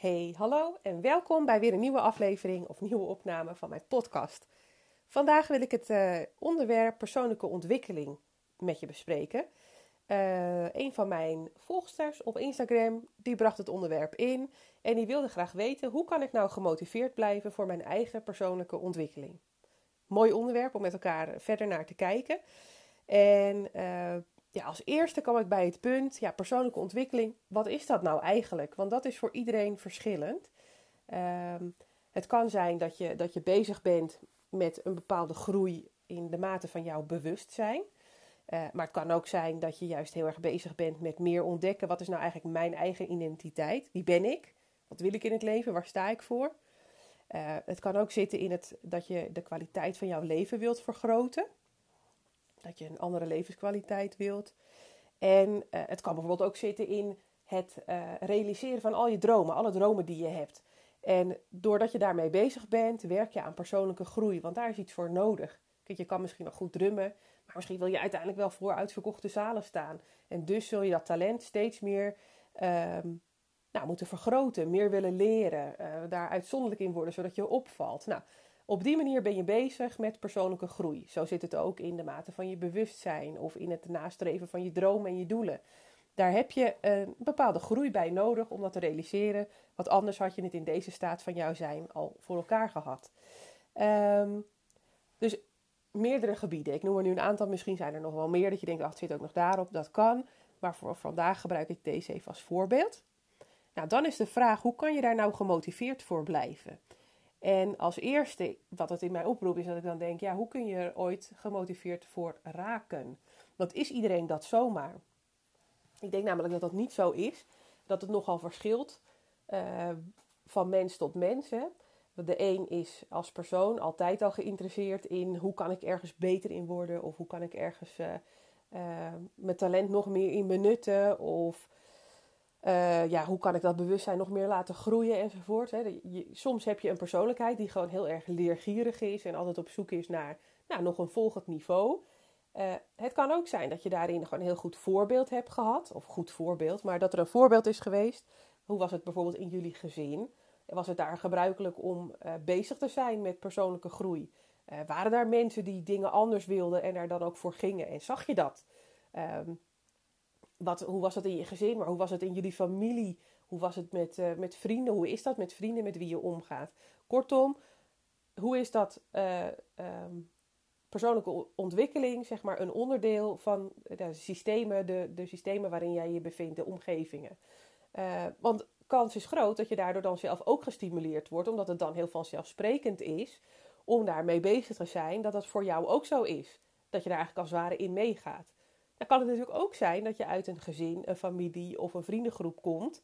Hey, hallo en welkom bij weer een nieuwe aflevering of nieuwe opname van mijn podcast. Vandaag wil ik het onderwerp persoonlijke ontwikkeling met je bespreken. Een van mijn volgsters op Instagram, die bracht het onderwerp in en die wilde graag weten hoe kan ik nou gemotiveerd blijven voor mijn eigen persoonlijke ontwikkeling. Mooi onderwerp om met elkaar verder naar te kijken. En als eerste kwam ik bij het punt, persoonlijke ontwikkeling, wat is dat nou eigenlijk? Want dat is voor iedereen verschillend. Het kan zijn dat je bezig bent met een bepaalde groei in de mate van jouw bewustzijn. Maar het kan ook zijn dat je juist heel erg bezig bent met meer ontdekken. Wat is nou eigenlijk mijn eigen identiteit? Wie ben ik? Wat wil ik in het leven? Waar sta ik voor? Het kan ook zitten in dat je de kwaliteit van jouw leven wilt vergroten. Dat je een andere levenskwaliteit wilt. En het kan bijvoorbeeld ook zitten in het realiseren van al je dromen. Alle dromen die je hebt. En doordat je daarmee bezig bent, werk je aan persoonlijke groei. Want daar is iets voor nodig. Kijk, je kan misschien wel goed drummen. Maar misschien wil je uiteindelijk wel voor uitverkochte zalen staan. En dus zul je dat talent steeds meer moeten vergroten. Meer willen leren. Daar uitzonderlijk in worden, zodat je opvalt. Nou, op die manier ben je bezig met persoonlijke groei. Zo zit het ook in de mate van je bewustzijn of in het nastreven van je dromen en je doelen. Daar heb je een bepaalde groei bij nodig om dat te realiseren. Want anders had je het in deze staat van jouw zijn al voor elkaar gehad. Dus meerdere gebieden. Ik noem er nu een aantal. Misschien zijn er nog wel meer dat je denkt, het zit ook nog daarop. Dat kan. Maar voor vandaag gebruik ik deze even als voorbeeld. Nou, dan is de vraag, hoe kan je daar nou gemotiveerd voor blijven? En als eerste, wat het in mij oproept, is dat ik dan denk, hoe kun je er ooit gemotiveerd voor raken? Want is iedereen dat zomaar? Ik denk namelijk dat dat niet zo is. Dat het nogal verschilt van mens tot mens. Hè? De een is als persoon altijd al geïnteresseerd in hoe kan ik ergens beter in worden. Of hoe kan ik ergens mijn talent nog meer in benutten. Of hoe kan ik dat bewustzijn nog meer laten groeien enzovoort. Hè? Soms heb je een persoonlijkheid die gewoon heel erg leergierig is. En altijd op zoek is naar nog een volgend niveau. Het kan ook zijn dat je daarin gewoon een heel goed voorbeeld hebt gehad. Of goed voorbeeld, maar dat er een voorbeeld is geweest. Hoe was het bijvoorbeeld in jullie gezin? Was het daar gebruikelijk om bezig te zijn met persoonlijke groei? Waren daar mensen die dingen anders wilden en er dan ook voor gingen? En zag je dat? Hoe was het in je gezin? Maar hoe was het in jullie familie? Hoe was het met vrienden? Hoe is dat met vrienden met wie je omgaat? Kortom, hoe is dat persoonlijke ontwikkeling, zeg maar, een onderdeel van de systemen waarin jij je bevindt, de omgevingen. Want kans is groot dat je daardoor dan zelf ook gestimuleerd wordt, omdat het dan heel vanzelfsprekend is om daarmee bezig te zijn, dat dat voor jou ook zo is. Dat je daar eigenlijk als het ware in meegaat. Dan kan het natuurlijk ook zijn dat je uit een gezin, een familie of een vriendengroep komt,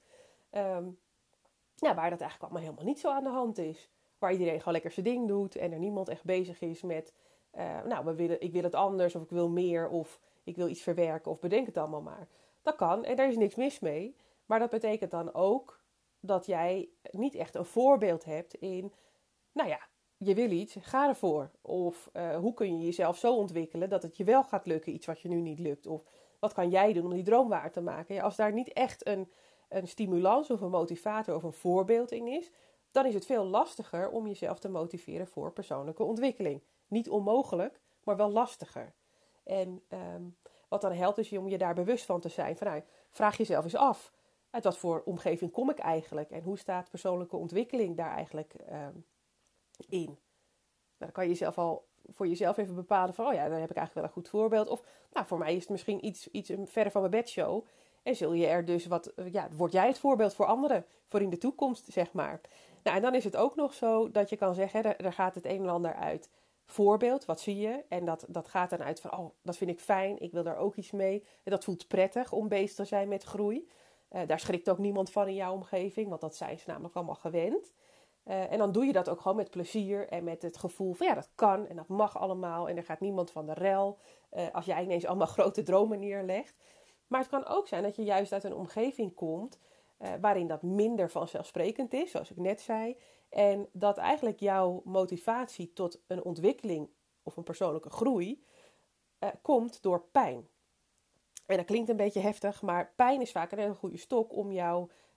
waar dat eigenlijk allemaal helemaal niet zo aan de hand is. Waar iedereen gewoon lekker zijn ding doet en er niemand echt bezig is met ik wil het anders of ik wil meer of ik wil iets verwerken of bedenk het allemaal maar. Dat kan en daar is niks mis mee. Maar dat betekent dan ook dat jij niet echt een voorbeeld hebt in, je wil iets, ga ervoor. Of hoe kun je jezelf zo ontwikkelen dat het je wel gaat lukken, iets wat je nu niet lukt. Of wat kan jij doen om die droom waar te maken. Ja, als daar niet echt een stimulans of een motivator of een voorbeeld in is, dan is het veel lastiger om jezelf te motiveren voor persoonlijke ontwikkeling. Niet onmogelijk, maar wel lastiger. En wat dan helpt is om je daar bewust van te zijn. Vraag jezelf eens af, uit wat voor omgeving kom ik eigenlijk? En hoe staat persoonlijke ontwikkeling daar eigenlijk in? Nou, dan kan je zelf al voor jezelf even bepalen van, dan heb ik eigenlijk wel een goed voorbeeld. Of, voor mij is het misschien iets verder van mijn bedshow. En zul je er dus word jij het voorbeeld voor anderen, voor in de toekomst, zeg maar. Nou, en dan is het ook nog zo dat je kan zeggen, er gaat het een en ander uit. Voorbeeld, wat zie je? En dat gaat dan uit van, dat vind ik fijn, ik wil daar ook iets mee. En dat voelt prettig om bezig te zijn met groei. Daar schrikt ook niemand van in jouw omgeving, want dat zijn ze namelijk allemaal gewend. En dan doe je dat ook gewoon met plezier en met het gevoel van, dat kan en dat mag allemaal. En er gaat niemand van de rel als jij ineens allemaal grote dromen neerlegt. Maar het kan ook zijn dat je juist uit een omgeving komt waarin dat minder vanzelfsprekend is, zoals ik net zei. En dat eigenlijk jouw motivatie tot een ontwikkeling of een persoonlijke groei komt door pijn. En dat klinkt een beetje heftig, maar pijn is vaak een hele goede stok om jou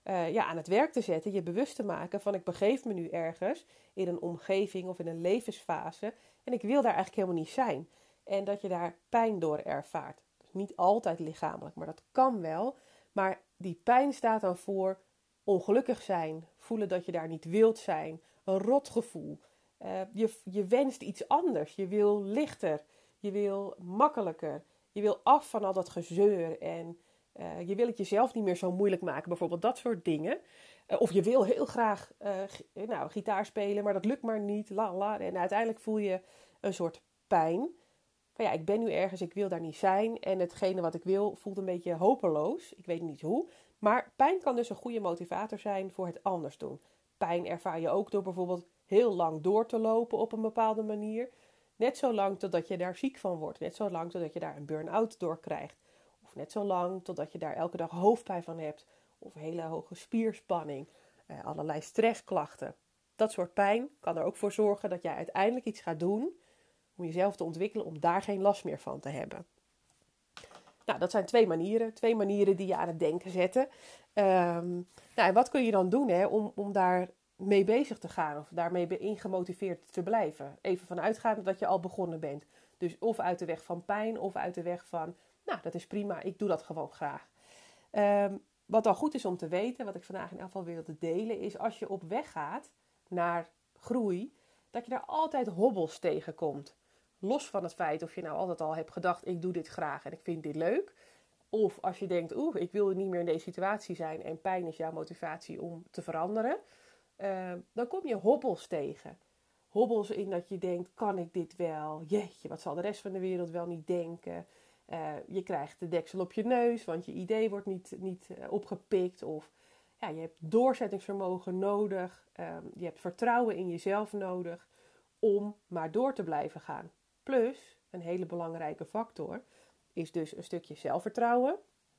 aan het werk te zetten. Je bewust te maken van ik begeef me nu ergens in een omgeving of in een levensfase. En ik wil daar eigenlijk helemaal niet zijn. En dat je daar pijn door ervaart. Dus niet altijd lichamelijk, maar dat kan wel. Maar die pijn staat dan voor ongelukkig zijn. Voelen dat je daar niet wilt zijn. Een rotgevoel. Je wenst iets anders. Je wil lichter. Je wil makkelijker. Je wil af van al dat gezeur. En je wil het jezelf niet meer zo moeilijk maken. Bijvoorbeeld dat soort dingen. Of je wil heel graag gitaar spelen, maar dat lukt maar niet. En uiteindelijk voel je een soort pijn. Van ja, ik ben nu ergens, ik wil daar niet zijn. En hetgene wat ik wil voelt een beetje hopeloos. Ik weet niet hoe. Maar pijn kan dus een goede motivator zijn voor het anders doen. Pijn ervaar je ook door bijvoorbeeld heel lang door te lopen op een bepaalde manier. Net zo lang totdat je daar ziek van wordt. Net zo lang totdat je daar een burn-out door krijgt. Of net zo lang totdat je daar elke dag hoofdpijn van hebt. Of hele hoge spierspanning. Allerlei stressklachten. Dat soort pijn kan er ook voor zorgen dat jij uiteindelijk iets gaat doen om jezelf te ontwikkelen, om daar geen last meer van te hebben. Nou, dat zijn twee manieren. Twee manieren die je aan het denken zetten. En wat kun je dan doen om daar mee bezig te gaan of daarmee in gemotiveerd te blijven? Even vanuitgaande dat je al begonnen bent. Dus of uit de weg van pijn of uit de weg van, nou, dat is prima, ik doe dat gewoon graag. Wat dan goed is om te weten, wat ik vandaag in elk geval wilde delen, is als je op weg gaat naar groei, dat je daar altijd hobbels tegenkomt. Los van het feit of je nou altijd al hebt gedacht, ik doe dit graag en ik vind dit leuk. Of als je denkt, ik wil niet meer in deze situatie zijn en pijn is jouw motivatie om te veranderen. Dan kom je hobbels tegen. Hobbels in dat je denkt, kan ik dit wel? Jeetje, wat zal de rest van de wereld wel niet denken? Je krijgt de deksel op je neus, want je idee wordt niet opgepikt. Of je hebt doorzettingsvermogen nodig. Je hebt vertrouwen in jezelf nodig om maar door te blijven gaan. Plus, een hele belangrijke factor is dus een stukje zelfvertrouwen.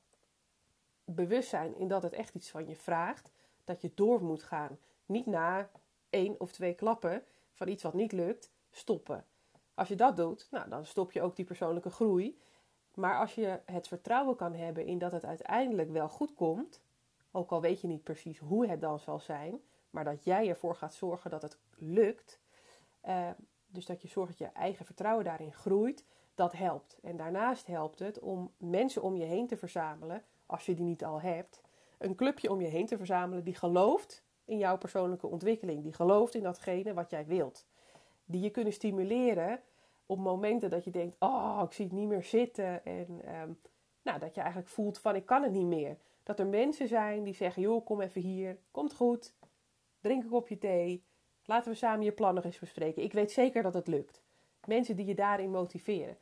Bewustzijn in dat het echt iets van je vraagt. Dat je door moet gaan. Niet na 1 of 2 klappen van iets wat niet lukt, stoppen. Als je dat doet, dan stop je ook die persoonlijke groei. Maar als je het vertrouwen kan hebben in dat het uiteindelijk wel goed komt, ook al weet je niet precies hoe het dan zal zijn, maar dat jij ervoor gaat zorgen dat het lukt, dus dat je zorgt dat je eigen vertrouwen daarin groeit, dat helpt. En daarnaast helpt het om mensen om je heen te verzamelen, als je die niet al hebt, een clubje om je heen te verzamelen die gelooft in jouw persoonlijke ontwikkeling, die gelooft in datgene wat jij wilt. Die je kunnen stimuleren op momenten dat je denkt, ik zie het niet meer zitten. En dat je eigenlijk voelt van, ik kan het niet meer. Dat er mensen zijn die zeggen, joh, kom even hier, komt goed, drink een kopje thee. Laten we samen je plan nog eens bespreken. Ik weet zeker dat het lukt. Mensen die je daarin motiveren.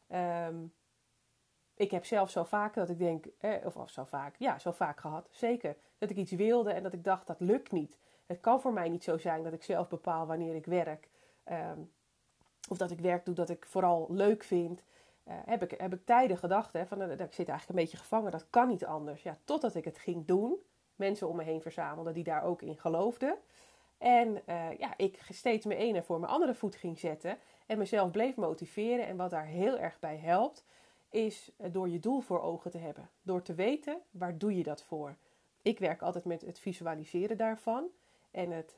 Ik heb zelf zo vaak dat ik denk, zo vaak gehad, zeker. Dat ik iets wilde en dat ik dacht, dat lukt niet. Het kan voor mij niet zo zijn dat ik zelf bepaal wanneer ik werk. Of dat ik werk doe dat ik vooral leuk vind. Heb ik tijden gedacht, dat ik zit eigenlijk een beetje gevangen. Dat kan niet anders. Ja, totdat ik het ging doen. Mensen om me heen verzamelde die daar ook in geloofden. En ik steeds mijn ene voor mijn andere voet ging zetten. En mezelf bleef motiveren. En wat daar heel erg bij helpt, is door je doel voor ogen te hebben. Door te weten, waar doe je dat voor? Ik werk altijd met het visualiseren daarvan. En het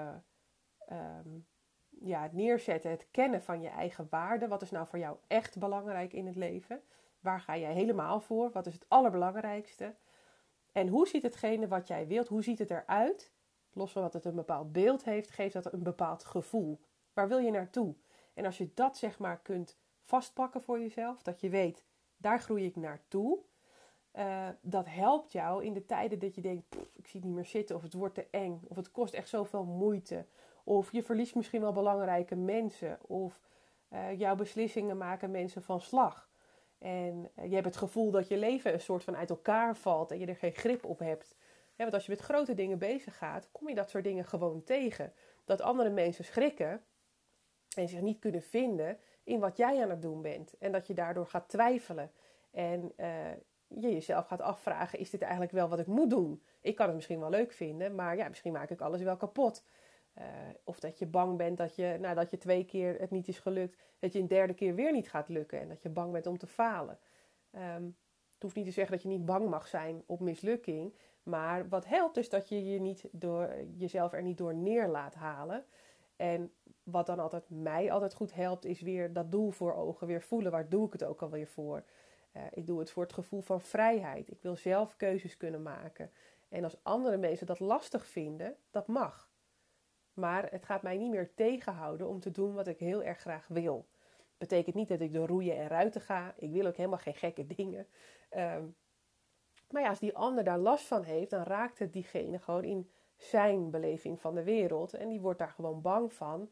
neerzetten, het kennen van je eigen waarde. Wat is nou voor jou echt belangrijk in het leven? Waar ga jij helemaal voor? Wat is het allerbelangrijkste? En hoe ziet hetgene wat jij wilt, hoe ziet het eruit? Los van dat het een bepaald beeld heeft, geeft dat een bepaald gevoel. Waar wil je naartoe? En als je dat kunt vastpakken voor jezelf, dat je weet, daar groei ik naartoe. Dat helpt jou in de tijden dat je denkt, ik zie het niet meer zitten, of het wordt te eng, of het kost echt zoveel moeite. Of je verliest misschien wel belangrijke mensen, of jouw beslissingen maken mensen van slag. En je hebt het gevoel dat je leven een soort van uit elkaar valt en je er geen grip op hebt. Want als je met grote dingen bezig gaat, kom je dat soort dingen gewoon tegen. Dat andere mensen schrikken en zich niet kunnen vinden in wat jij aan het doen bent. En dat je daardoor gaat twijfelen. En je jezelf gaat afvragen, is dit eigenlijk wel wat ik moet doen? Ik kan het misschien wel leuk vinden, maar misschien maak ik alles wel kapot. Of dat je bang bent dat je, nadat je 2 keer het niet is gelukt, dat je een 3e keer weer niet gaat lukken. En dat je bang bent om te falen. Het hoeft niet te zeggen dat je niet bang mag zijn op mislukking. Maar wat helpt is dat je jezelf er niet door neer laat halen. En wat dan mij altijd goed helpt, is weer dat doel voor ogen. Weer voelen, waar doe ik het ook alweer voor? Ik doe het voor het gevoel van vrijheid. Ik wil zelf keuzes kunnen maken. En als andere mensen dat lastig vinden, dat mag. Maar het gaat mij niet meer tegenhouden om te doen wat ik heel erg graag wil. Betekent niet dat ik door roeien en ruiten ga. Ik wil ook helemaal geen gekke dingen. Maar ja, als die ander daar last van heeft, dan raakt het diegene gewoon in zijn beleving van de wereld. En die wordt daar gewoon bang van.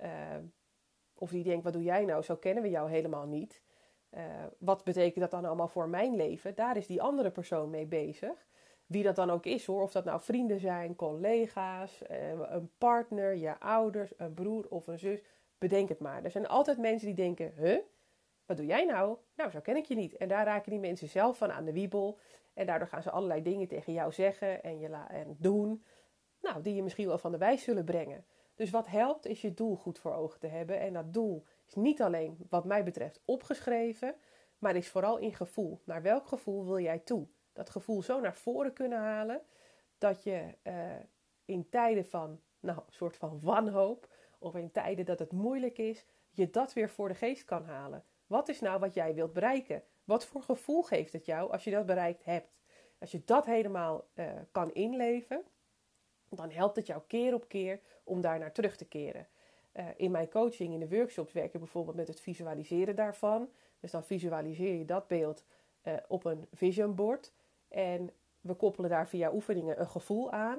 Of die denkt, wat doe jij nou? Zo kennen we jou helemaal niet. Wat betekent dat dan allemaal voor mijn leven? Daar is die andere persoon mee bezig. Wie dat dan ook is hoor. Of dat nou vrienden zijn, collega's, een partner, je ouders, een broer of een zus. Bedenk het maar. Er zijn altijd mensen die denken, wat doe jij nou? Nou, zo ken ik je niet. En daar raken die mensen zelf van aan de wiebel. En daardoor gaan ze allerlei dingen tegen jou zeggen en doen. Nou, die je misschien wel van de wijs zullen brengen. Dus wat helpt is je doel goed voor ogen te hebben. En dat doel is niet alleen wat mij betreft opgeschreven. Maar is vooral in gevoel. Naar welk gevoel wil jij toe? Dat gevoel zo naar voren kunnen halen. Dat je in tijden van een soort van wanhoop. Of in tijden dat het moeilijk is. Je dat weer voor de geest kan halen. Wat is nou wat jij wilt bereiken? Wat voor gevoel geeft het jou als je dat bereikt hebt? Als je dat helemaal kan inleven, dan helpt het jou keer op keer om daar naar terug te keren. In mijn coaching, in de workshops, werk ik bijvoorbeeld met het visualiseren daarvan. Dus dan visualiseer je dat beeld op een vision board. En we koppelen daar via oefeningen een gevoel aan.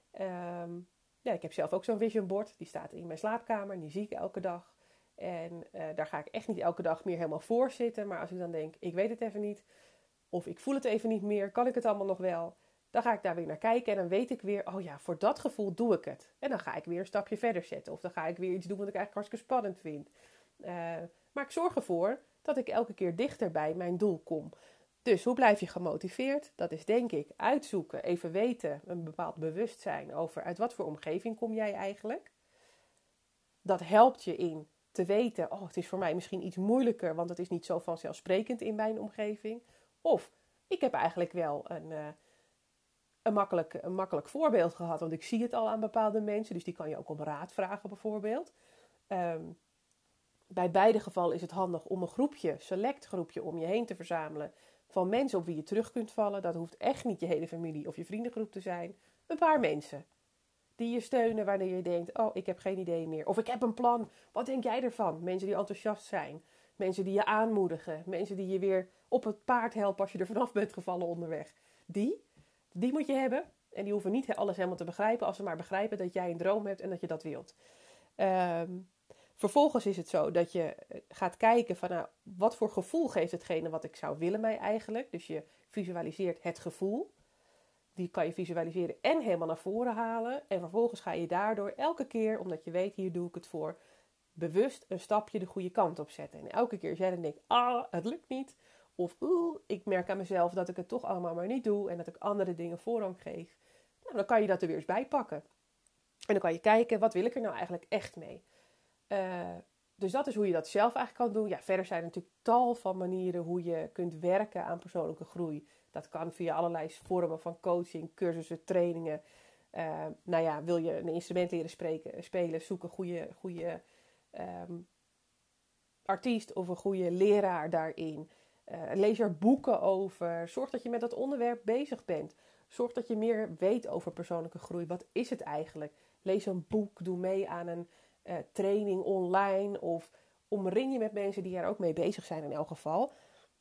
Ik heb zelf ook zo'n vision board. Die staat in mijn slaapkamer. Die zie ik elke dag. En daar ga ik echt niet elke dag meer helemaal voor zitten. Maar als ik dan denk, ik weet het even niet. Of ik voel het even niet meer. Kan ik het allemaal nog wel? Dan ga ik daar weer naar kijken. En dan weet ik weer, oh ja, voor dat gevoel doe ik het. En dan ga ik weer een stapje verder zetten. Of dan ga ik weer iets doen wat ik eigenlijk hartstikke spannend vind. Maar ik zorg ervoor dat ik elke keer dichter bij mijn doel kom. Dus hoe blijf je gemotiveerd? Dat is denk ik uitzoeken, even weten, een bepaald bewustzijn over uit wat voor omgeving kom jij eigenlijk. Dat helpt je in te weten, het is voor mij misschien iets moeilijker, want het is niet zo vanzelfsprekend in mijn omgeving. Of ik heb eigenlijk wel een makkelijk voorbeeld gehad, want ik zie het al aan bepaalde mensen, dus die kan je ook om raad vragen bijvoorbeeld. Bij beide gevallen is het handig om een select groepje om je heen te verzamelen van mensen op wie je terug kunt vallen. Dat hoeft echt niet je hele familie of je vriendengroep te zijn. Een paar mensen die je steunen wanneer je denkt, ik heb geen idee meer. Of ik heb een plan, wat denk jij ervan? Mensen die enthousiast zijn, mensen die je aanmoedigen, mensen die je weer op het paard helpen als je er vanaf bent gevallen onderweg. Die moet je hebben en die hoeven niet alles helemaal te begrijpen, als ze maar begrijpen dat jij een droom hebt en dat je dat wilt. Vervolgens is het zo dat je gaat kijken van wat voor gevoel geeft hetgene wat ik zou willen mij eigenlijk. Dus je visualiseert het gevoel. Die kan je visualiseren en helemaal naar voren halen. En vervolgens ga je daardoor elke keer, omdat je weet hier doe ik het voor, bewust een stapje de goede kant op zetten. En elke keer als jij dan denkt, het lukt niet. Of ik merk aan mezelf dat ik het toch allemaal maar niet doe. En dat ik andere dingen voorrang geef. Nou, dan kan je dat er weer eens bij pakken. En dan kan je kijken, wat wil ik er nou eigenlijk echt mee? Dus dat is hoe je dat zelf eigenlijk kan doen. Ja, verder zijn er natuurlijk tal van manieren hoe je kunt werken aan persoonlijke groei. Dat kan via allerlei vormen van coaching, cursussen, trainingen. Wil je een instrument leren spelen, zoek een goede artiest of een goede leraar daarin. Lees er boeken over. Zorg dat je met dat onderwerp bezig bent. Zorg dat je meer weet over persoonlijke groei. Wat is het eigenlijk? Lees een boek, doe mee aan een training online of omring je met mensen die er ook mee bezig zijn in elk geval.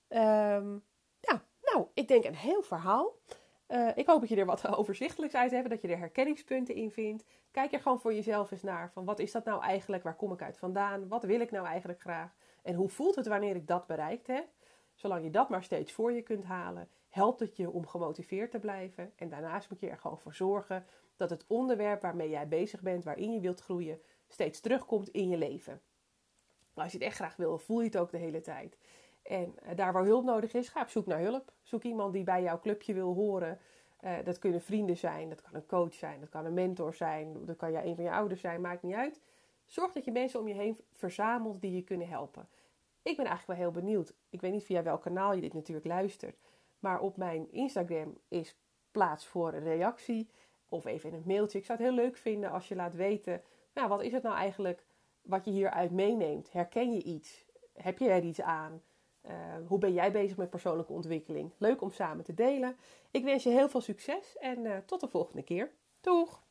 Ik denk een heel verhaal. Ik hoop dat je er wat overzichtelijks uit hebt, dat je er herkenningspunten in vindt. Kijk er gewoon voor jezelf eens naar van wat is dat nou eigenlijk, waar kom ik uit vandaan, wat wil ik nou eigenlijk graag en hoe voelt het wanneer ik dat bereikt heb. Zolang je dat maar steeds voor je kunt halen, helpt het je om gemotiveerd te blijven. En daarnaast moet je er gewoon voor zorgen dat het onderwerp waarmee jij bezig bent, waarin je wilt groeien, steeds terugkomt in je leven. Maar als je het echt graag wil, voel je het ook de hele tijd. En daar waar hulp nodig is, ga op zoek naar hulp. Zoek iemand die bij jouw clubje wil horen. Dat kunnen vrienden zijn, dat kan een coach zijn, dat kan een mentor zijn, dat kan een van je ouders zijn, maakt niet uit. Zorg dat je mensen om je heen verzamelt die je kunnen helpen. Ik ben eigenlijk wel heel benieuwd. Ik weet niet via welk kanaal je dit natuurlijk luistert. Maar op mijn Instagram is plaats voor een reactie of even in een mailtje. Ik zou het heel leuk vinden als je laat weten, nou, wat is het nou eigenlijk wat je hieruit meeneemt? Herken je iets? Heb je er iets aan? Hoe ben jij bezig met persoonlijke ontwikkeling? Leuk om samen te delen. Ik wens je heel veel succes en tot de volgende keer. Doeg!